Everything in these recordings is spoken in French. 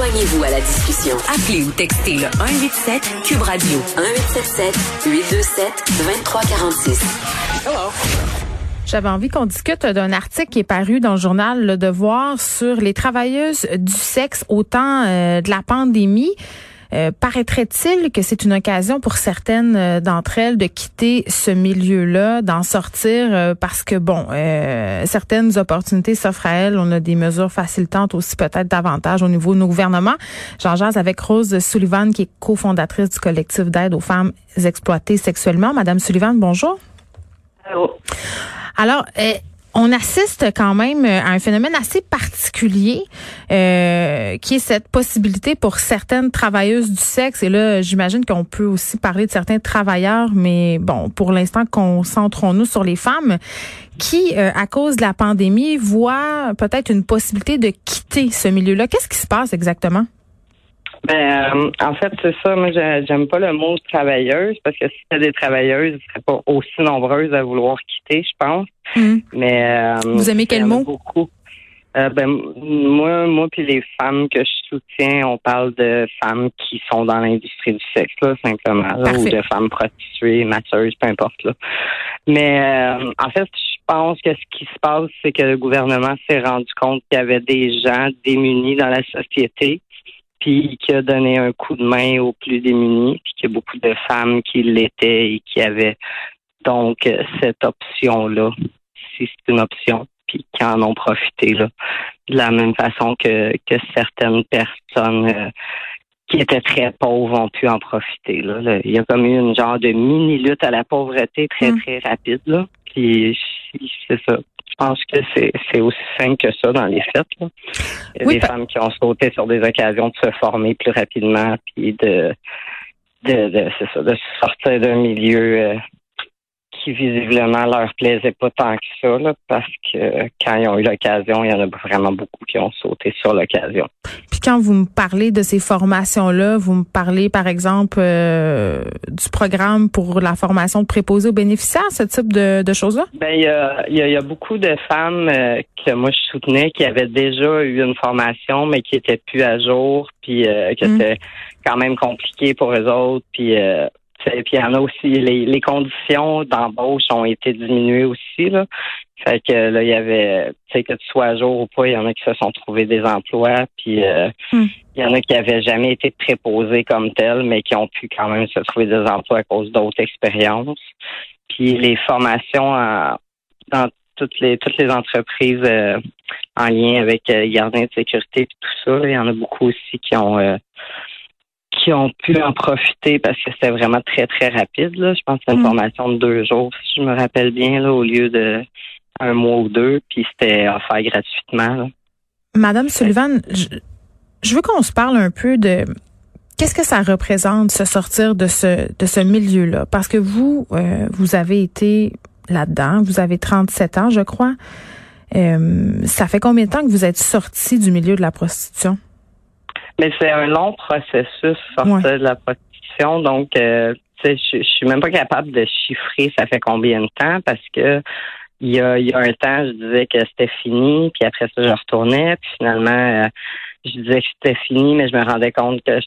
Joignez-vous à la discussion. Appelez ou textez le 187 Cube Radio 1877 827 2346. Hello. J'avais envie qu'on discute d'un article qui est paru dans le journal Le Devoir sur les travailleuses du sexe au temps de la pandémie. Paraîtrait-il que c'est une occasion pour certaines d'entre elles de quitter ce milieu-là, d'en sortir parce que, certaines opportunités s'offrent à elles. On a des mesures facilitantes aussi, peut-être davantage au niveau de nos gouvernements. J'en jase avec Rose Sullivan, qui est cofondatrice du collectif d'aide aux femmes exploitées sexuellement. Madame Sullivan, bonjour. Allô. Alors, on assiste quand même à un phénomène assez particulier qui est cette possibilité pour certaines travailleuses du sexe. Et là, j'imagine qu'on peut aussi parler de certains travailleurs, mais bon, pour l'instant, concentrons-nous sur les femmes qui, à cause de la pandémie, voient peut-être une possibilité de quitter ce milieu-là. Qu'est-ce qui se passe exactement? En fait, c'est ça. Moi, j'aime pas le mot travailleuse parce que si c'était des travailleuses, ils seraient pas aussi nombreuses à vouloir quitter, je pense. Mais vous aimez quel mot? Beaucoup. Moi puis les femmes que je soutiens, on parle de femmes qui sont dans l'industrie du sexe, là, simplement, là, ou de femmes prostituées, masseuses, peu importe. Là. Mais en fait, je pense que ce qui se passe, c'est que le gouvernement s'est rendu compte qu'il y avait des gens démunis dans la société, puis qui a donné un coup de main aux plus démunis, puis qu'il y a beaucoup de femmes qui l'étaient et qui avaient donc cette option-là, si c'est une option, puis qui en ont profité là, de la même façon que certaines personnes qui étaient très pauvres ont pu en profiter. Là. Il y a comme eu une genre de mini-lutte à la pauvreté très, très rapide, là, puis c'est ça. Je pense que c'est aussi simple que ça dans les faits. Là. Il y a des femmes qui ont sauté sur des occasions de se former plus rapidement puis de sortir d'un milieu qui visiblement leur plaisait pas tant que ça, là, parce que quand ils ont eu l'occasion, il y en a vraiment beaucoup qui ont sauté sur l'occasion. Puis quand vous me parlez de ces formations-là, vous me parlez par exemple du programme pour la formation de préposés aux bénéficiaires, ce type de choses-là? Il y a beaucoup de femmes que moi je soutenais qui avaient déjà eu une formation, mais qui étaient plus à jour, puis que c'était quand même compliqué pour eux autres, puis il y en a aussi, les conditions d'embauche ont été diminuées aussi, là. Fait que là, il y avait, que tu sois à jour ou pas, il y en a qui se sont trouvés des emplois, puis il y en a qui avaient jamais été préposés comme tels, mais qui ont pu quand même se trouver des emplois à cause d'autres expériences. Puis les formations dans toutes les entreprises en lien avec gardiens de sécurité et tout ça, là, il y en a beaucoup aussi qui ont pu en profiter parce que c'était vraiment très, très rapide. Là. Je pense que c'était une formation de 2 jours, si je me rappelle bien, là, au lieu de 1 mois ou 2, puis c'était offert gratuitement. Là. Madame Sullivan, je veux qu'on se parle un peu de qu'est-ce que ça représente, se sortir de ce milieu-là. Parce que vous avez été là-dedans, vous avez 37 ans, je crois. Ça fait combien de temps que vous êtes sorti du milieu de la prostitution? Mais c'est un long processus, sortir de la prostitution. Donc, je suis même pas capable de chiffrer ça fait combien de temps parce que il y a un temps, je disais que c'était fini, puis après ça, je retournais, puis finalement, je disais que c'était fini, mais je me rendais compte que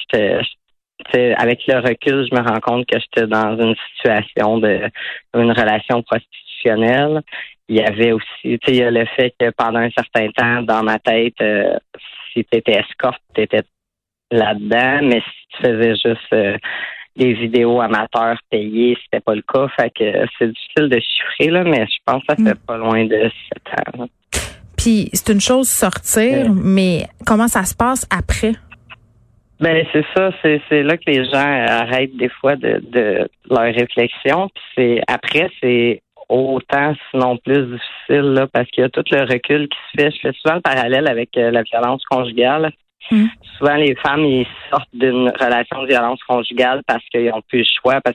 avec le recul, je me rends compte que j'étais dans une situation une relation prostitutionnelle. Il y avait aussi, il y a le fait que pendant un certain temps, dans ma tête, si tu étais escorte, tu étais là-dedans, mais si tu faisais juste des vidéos amateurs payées, c'était pas le cas. Fait que c'est difficile de chiffrer, là, mais je pense que ça fait pas loin de 7 ans. Là. Puis c'est une chose sortir, mais comment ça se passe après? Ben c'est ça, c'est là que les gens arrêtent des fois de leur réflexion. Puis c'est autant, sinon plus difficile, là, parce qu'il y a tout le recul qui se fait. Je fais souvent le parallèle avec la violence conjugale. Souvent, les femmes, ils sortent d'une relation de violence conjugale parce qu'ils n'ont plus le choix, parce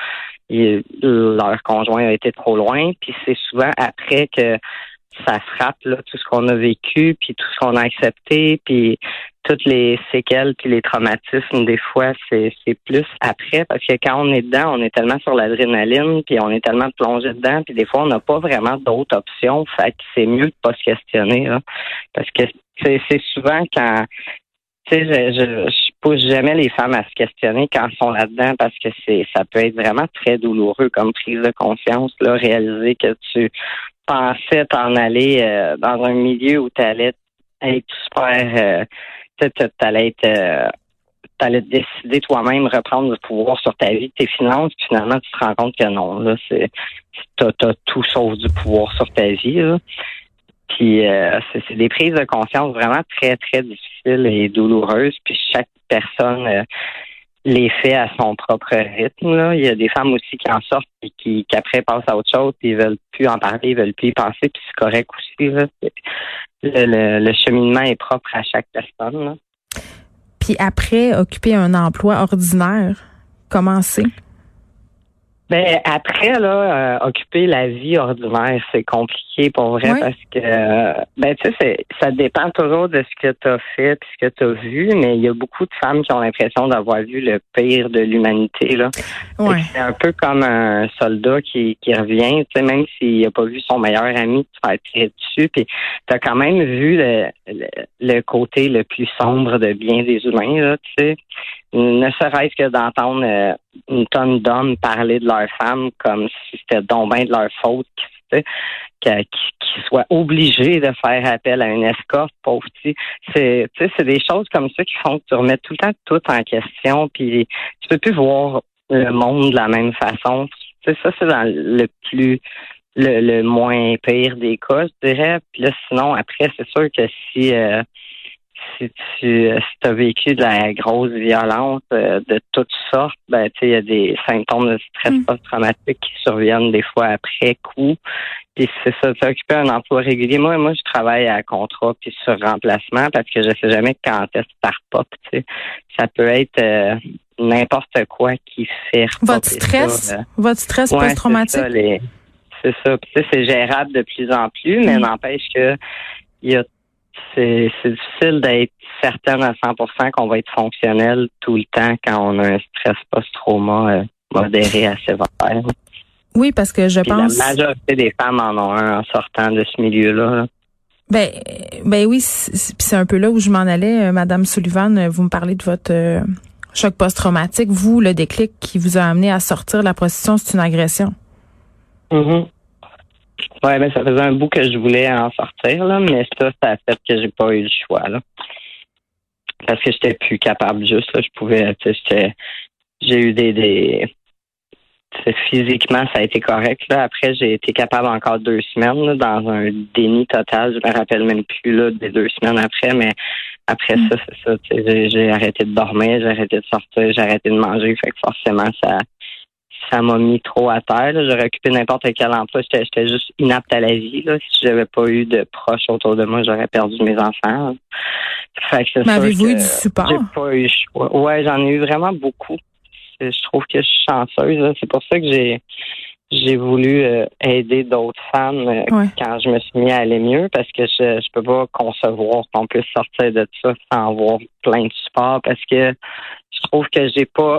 leur conjoint a été trop loin. Puis c'est souvent après que ça frappe, là, tout ce qu'on a vécu, puis tout ce qu'on a accepté, puis toutes les séquelles, puis les traumatismes, des fois, c'est plus après, parce que quand on est dedans, on est tellement sur l'adrénaline, puis on est tellement plongé dedans, puis des fois, on n'a pas vraiment d'autres options, fait que c'est mieux de pas se questionner, là, parce que c'est souvent quand sais, je pousse jamais les femmes à se questionner quand elles sont là-dedans parce que ça peut être vraiment très douloureux comme prise de conscience, là, réaliser que tu pensais t'en aller dans un milieu où tu allais être super, t'allais décider toi-même reprendre le pouvoir sur ta vie, tes finances, puis finalement tu te rends compte que non, là, t'as tout sauf du pouvoir sur ta vie, là. Puis c'est des prises de conscience vraiment très, très difficiles et douloureuses. Puis chaque personne les fait à son propre rythme, là. Il y a des femmes aussi qui en sortent et qui après passent à autre chose, puis ils veulent plus en parler, ils veulent plus y penser, puis c'est correct aussi, là. Le cheminement est propre à chaque personne, là. Puis après, occuper un emploi ordinaire, comment c'est? Ben après là, occuper la vie ordinaire, c'est compliqué pour vrai parce que tu sais, ça dépend toujours de ce que tu as fait puis ce que tu as vu, mais il y a beaucoup de femmes qui ont l'impression d'avoir vu le pire de l'humanité là. Ouais. C'est un peu comme un soldat qui revient, tu sais, même s'il a pas vu son meilleur ami se faire tirer dessus, puis tu as quand même vu le côté le plus sombre de bien des humains là, tu sais. Ne serait-ce que d'entendre une tonne d'hommes parler de leur femme comme si c'était donc bien de leur faute, qu'ils soient obligés de faire appel à une escorte, pauvre petit. C'est des choses comme ça qui font que tu remets tout le temps tout en question, puis tu peux plus voir le monde de la même façon. T'sais, ça, c'est dans le moins pire des cas, je dirais. Puis là, sinon, après, c'est sûr que si tu as vécu de la grosse violence de toutes sortes, ben tu sais, il y a des symptômes de stress post-traumatique qui surviennent des fois après coup. Puis c'est ça, t'occuper un emploi régulier. Moi, je travaille à contrat puis sur remplacement parce que je sais jamais quand est-ce que ça repop, tu sais. Ça peut être n'importe quoi qui fait reporter votre stress post-traumatique. C'est ça. Puis tu sais, c'est gérable de plus en plus, mais n'empêche que c'est difficile d'être certaine à 100% qu'on va être fonctionnel tout le temps quand on a un stress post-trauma modéré à sévère. Oui, parce que je pense... La majorité des femmes en ont un en sortant de ce milieu-là. Ben oui, c'est un peu là où je m'en allais. Madame Sullivan, vous me parlez de votre choc post-traumatique. Vous, le déclic qui vous a amené à sortir de la prostitution, c'est une agression. Mm-hmm. Ouais, ben ça faisait un bout que je voulais en sortir, là, mais ça a fait que j'ai pas eu le choix, là. Parce que j'étais plus capable juste, là. Je pouvais, j'ai eu physiquement, ça a été correct, là. Après, j'ai été capable encore 2 semaines, là, dans un déni total. Je me rappelle même plus, là, des 2 semaines après, mais après ça, c'est ça, j'ai arrêté de dormir, j'ai arrêté de sortir, j'ai arrêté de manger. Fait que forcément, ça m'a mis trop à terre. Là. J'aurais occupé n'importe quel emploi. J'étais juste inapte à la vie. Là. Si j'avais pas eu de proches autour de moi, j'aurais perdu mes enfants. Là. Fait que c'est sûr avez-vous que eu du support? J'ai pas eu le choix. Ouais, j'en ai eu vraiment beaucoup. Je trouve que je suis chanceuse. Là. C'est pour ça que j'ai voulu aider d'autres femmes quand je me suis mis à aller mieux, parce que je peux pas concevoir qu'on puisse sortir de ça sans avoir plein de support, parce que je trouve que j'ai pas...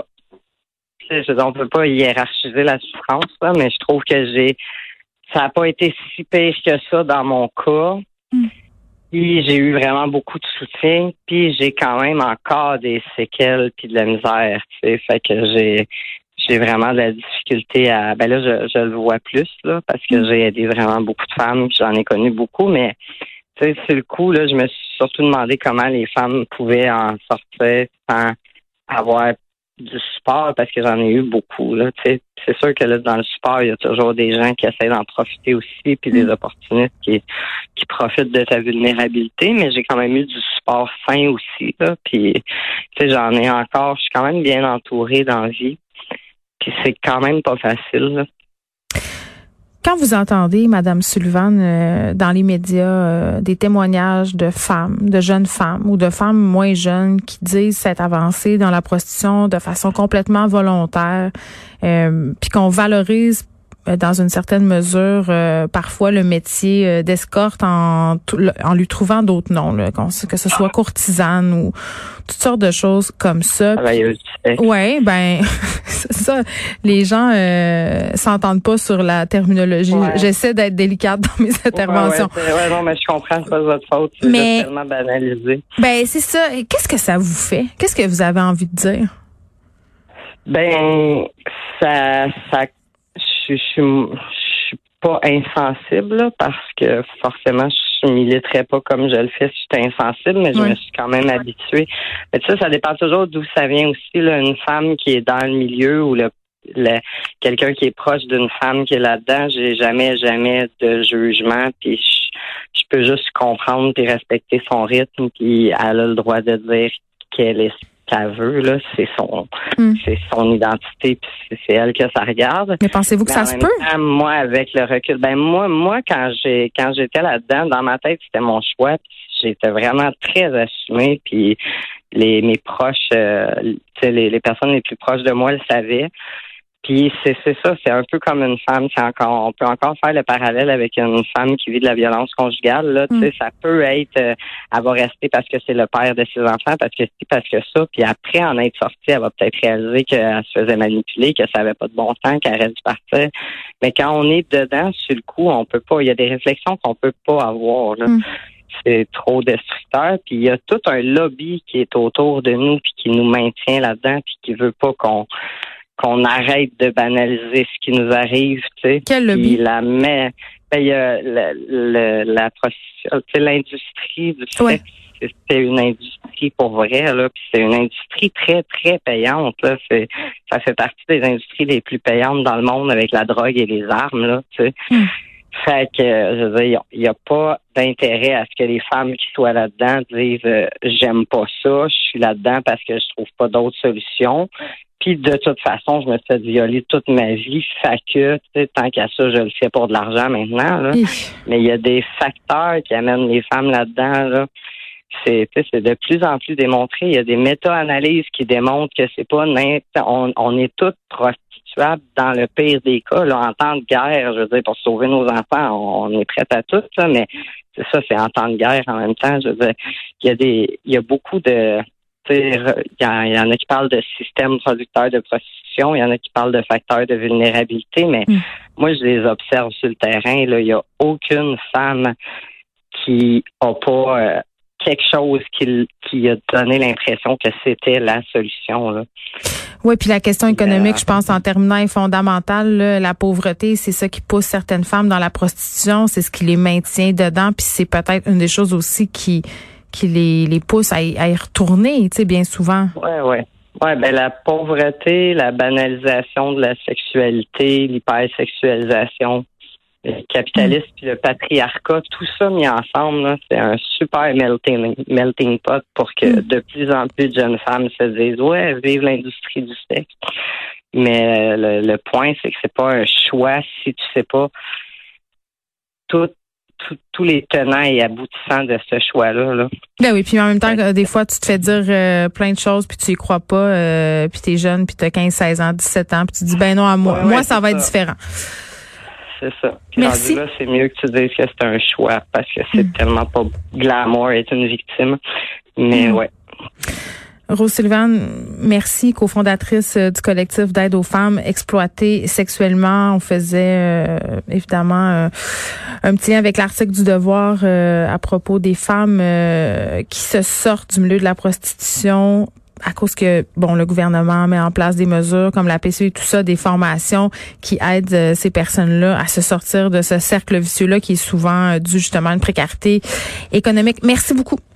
On peut pas hiérarchiser la souffrance, là, mais je trouve que ça n'a pas été si pire que ça dans mon cas. Puis j'ai eu vraiment beaucoup de soutien, puis j'ai quand même encore des séquelles puis de la misère, tu sais. Fait que j'ai vraiment de la difficulté à... Ben là, je le vois plus, là, parce que j'ai aidé vraiment beaucoup de femmes, puis j'en ai connu beaucoup, mais tu sais, sur le coup, là, je me suis surtout demandé comment les femmes pouvaient en sortir sans avoir du support, parce que j'en ai eu beaucoup, là, tu sais. C'est sûr que là, dans le support, il y a toujours des gens qui essaient d'en profiter aussi, puis des opportunistes qui profitent de ta vulnérabilité, mais j'ai quand même eu du support sain aussi, là, puis, tu sais, j'en ai encore, je suis quand même bien entourée dans la vie, puis c'est quand même pas facile, là. Quand vous entendez, Madame Sullivan, dans les médias, des témoignages de femmes, de jeunes femmes ou de femmes moins jeunes qui disent s'être avancées dans la prostitution de façon complètement volontaire, puis qu'on valorise dans une certaine mesure parfois le métier d'escorte en lui trouvant d'autres noms, là, que ce soit courtisane ou toutes sortes de choses comme ça. Ouais, Ça, les gens s'entendent pas sur la terminologie. Ouais. J'essaie d'être délicate dans mes interventions. Ouais, non, mais je comprends, c'est pas de votre faute. C'est tellement banalisé. Ben, c'est ça. Et qu'est-ce que ça vous fait? Qu'est-ce que vous avez envie de dire? Ben, je suis pas insensible, là, parce que forcément, je militerais pas comme je le fais si j'étais insensible, mais je me suis quand même habituée. Mais ça dépend toujours d'où ça vient aussi, là. Une femme qui est dans le milieu ou quelqu'un qui est proche d'une femme qui est là-dedans, j'ai jamais de jugement, puis je peux juste comprendre et respecter son rythme, puis elle a le droit de dire qu'elle est qu'elle veut, là, c'est son identité, puis c'est elle que ça regarde. Mais pensez-vous que ça se peut? Moi, avec le recul, moi, quand j'étais là-dedans, dans ma tête, c'était mon choix, puis j'étais vraiment très assumée, puis mes proches, les personnes les plus proches de moi le savaient. Puis c'est ça, c'est un peu comme une femme. On peut encore faire le parallèle avec une femme qui vit de la violence conjugale. Là, tu sais, ça peut être, elle va rester parce que c'est le père de ses enfants, parce que ça. Puis après en être sortie, elle va peut-être réaliser qu'elle se faisait manipuler, que ça avait pas de bon sens, qu'elle aurait dû partir. Mais quand on est dedans, sur le coup, on peut pas. Il y a des réflexions qu'on peut pas avoir. Là. C'est trop destructeur. Puis il y a tout un lobby qui est autour de nous, puis qui nous maintient là-dedans, puis qui veut pas qu'on arrête de banaliser ce qui nous arrive, tu sais. Quel lobby? Il y a la prostitution, tu sais, l'industrie du sexe. C'est une industrie pour vrai, là, puis c'est une industrie très, très payante, là. Ça fait partie des industries les plus payantes dans le monde avec la drogue et les armes, là, tu sais. Fait que, je veux dire, il n'y a pas d'intérêt à ce que les femmes qui soient là-dedans disent j'aime pas ça, je suis là-dedans parce que je trouve pas d'autres solutions. Puis de toute façon, je me suis fait violer toute ma vie. Fait que, tu sais, tant qu'à ça, je le fais pour de l'argent maintenant, là. Mais il y a des facteurs qui amènent les femmes là-dedans, là. C'est de plus en plus démontré. Il y a des méta-analyses qui démontrent que c'est pas on est toutes prostituables dans le pire des cas, là, en temps de guerre. Je veux dire, pour sauver nos enfants, on est prêts à tout, ça, mais c'est ça, c'est en temps de guerre en même temps. Je veux dire, il y a beaucoup de il y en a qui parlent de système producteur de prostitution, il y en a qui parlent de facteurs de vulnérabilité, mais moi, je les observe sur le terrain. Là, il n'y a aucune femme qui n'a pas quelque chose qui a donné l'impression que c'était la solution, là. Oui, puis la question économique, je pense, en terminant, est fondamentale. Là. La pauvreté, c'est ça qui pousse certaines femmes dans la prostitution, c'est ce qui les maintient dedans, puis c'est peut-être une des choses aussi qui les pousse à y retourner, tu sais, bien souvent. Ouais, ben la pauvreté, la banalisation de la sexualité, l'hypersexualisation, le capitalisme puis le patriarcat, tout ça mis ensemble, là, c'est un super melting pot pour que de plus en plus de jeunes femmes se disent ouais, vive l'industrie du sexe. Mais le point, c'est que c'est pas un choix si tu sais pas tous les tenants et aboutissants de ce choix-là. Là. Ben oui, puis en même temps, des fois, tu te fais dire plein de choses, puis tu y crois pas, puis t'es jeune, puis t'as 15, 16 ans, 17 ans, puis tu dis, ben non, à moi, ça va être différent. C'est ça. Puis merci. Là, c'est mieux que tu dises que c'est un choix, parce que c'est tellement pas glamour être une victime. Mais ouais. Rose Sullivan, merci, cofondatrice du collectif d'aide aux femmes exploitées sexuellement. On faisait évidemment un petit lien avec l'article du Devoir à propos des femmes qui se sortent du milieu de la prostitution à cause que, le gouvernement met en place des mesures comme la PCU et tout ça, des formations qui aident ces personnes-là à se sortir de ce cercle vicieux-là qui est souvent dû justement à une précarité économique. Merci beaucoup.